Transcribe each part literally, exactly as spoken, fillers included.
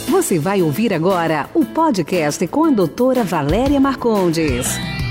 Você vai ouvir agora o podcast com a doutora Valéria Marcondes.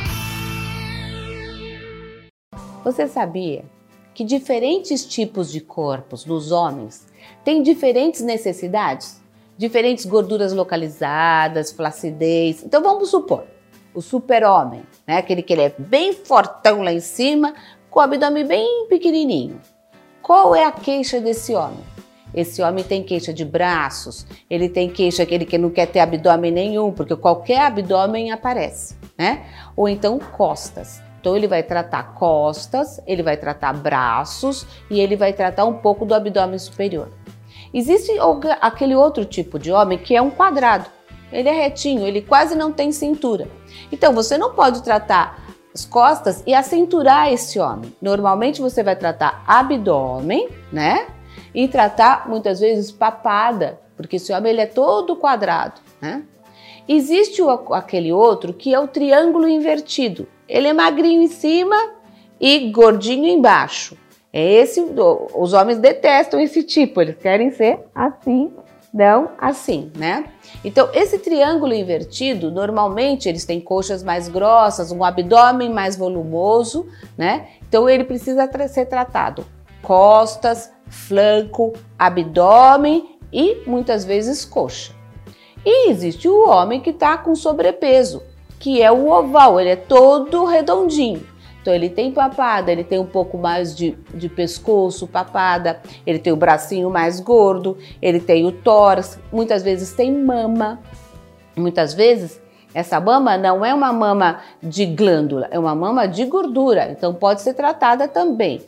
Você sabia que diferentes tipos de corpos nos homens têm diferentes necessidades? Diferentes gorduras localizadas, flacidez. Então vamos supor, o super-homem, né? Aquele que ele é bem fortão lá em cima, com o abdômen bem pequenininho. Qual é a queixa desse homem? Esse homem tem queixa de braços, ele tem queixa que ele que não quer ter abdômen nenhum, porque qualquer abdômen aparece, né? Ou então costas. Então ele vai tratar costas, ele vai tratar braços e ele vai tratar um pouco do abdômen superior. Existe aquele outro tipo de homem que é um quadrado. Ele é retinho, ele quase não tem cintura. Então você não pode tratar as costas e acinturar esse homem. Normalmente você vai tratar abdômen, né? E tratar muitas vezes papada, porque esse homem ele é todo quadrado, né? Existe o, aquele outro que é o triângulo invertido. Ele é magrinho em cima e gordinho embaixo. É esse, os homens detestam esse tipo, eles querem ser assim, não assim, né? Então, esse triângulo invertido, normalmente eles têm coxas mais grossas, um abdômen mais volumoso, né? Então, ele precisa ser tratado costas, flanco, abdômen e muitas vezes coxa. E existe o homem que está com sobrepeso, que é o oval, ele é todo redondinho. Então ele tem papada, ele tem um pouco mais de, de pescoço, papada, ele tem o bracinho mais gordo, ele tem o tórax, muitas vezes tem mama. Muitas vezes essa mama não é uma mama de glândula, é uma mama de gordura, então pode ser tratada também.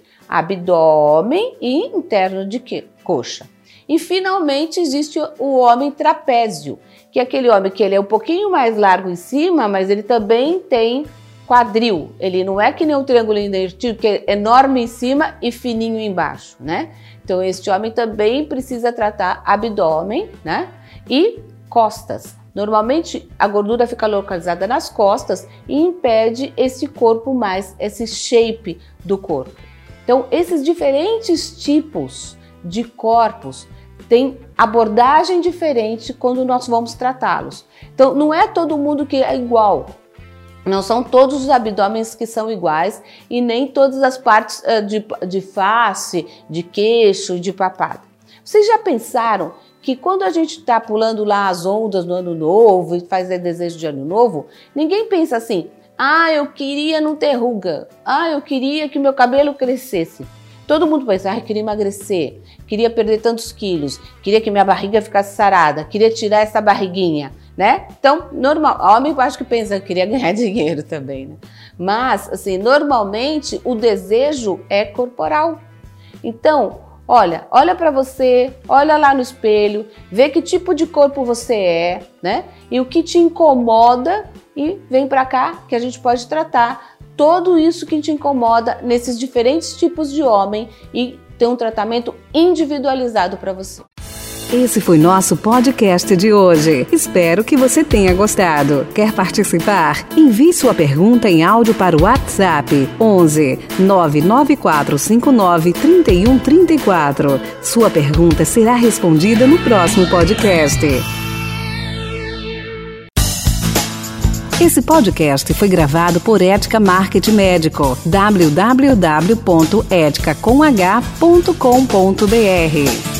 Abdômen e interno de que? Coxa. E finalmente existe o homem trapézio, que é aquele homem que ele é um pouquinho mais largo em cima, mas ele também tem quadril. Ele não é que nem o triângulo invertido, que é enorme em cima e fininho embaixo, né? Então este homem também precisa tratar abdômen, né? E costas. Normalmente a gordura fica localizada nas costas e impede esse corpo mais, esse shape do corpo. Então, esses diferentes tipos de corpos têm abordagem diferente quando nós vamos tratá-los. Então, não é todo mundo que é igual. Não são todos os abdômenes que são iguais e nem todas as partes uh, de, de face, de queixo, de papada. Vocês já pensaram que quando a gente está pulando lá as ondas no ano novo e faz desejo de ano novo, ninguém pensa assim: ah, eu queria não ter ruga. Ah, eu queria que meu cabelo crescesse. Todo mundo pensa: ah, eu queria emagrecer, queria perder tantos quilos, queria que minha barriga ficasse sarada, queria tirar essa barriguinha, né? Então, normal, homem eu acho que pensa que queria ganhar dinheiro também, né? Mas, assim, normalmente o desejo é corporal. Então, olha, olha para você, olha lá no espelho, vê que tipo de corpo você é, né? E o que te incomoda e vem para cá que a gente pode tratar tudo isso que te incomoda nesses diferentes tipos de homem e ter um tratamento individualizado para você. Esse foi nosso podcast de hoje. Espero que você tenha gostado. Quer participar? Envie sua pergunta em áudio para o WhatsApp onze nove nove quatro cinco nove três um três quatro. Sua pergunta será respondida no próximo podcast. Esse podcast foi gravado por Ética Marketing Médico. w w w ponto ética com h ponto com ponto b r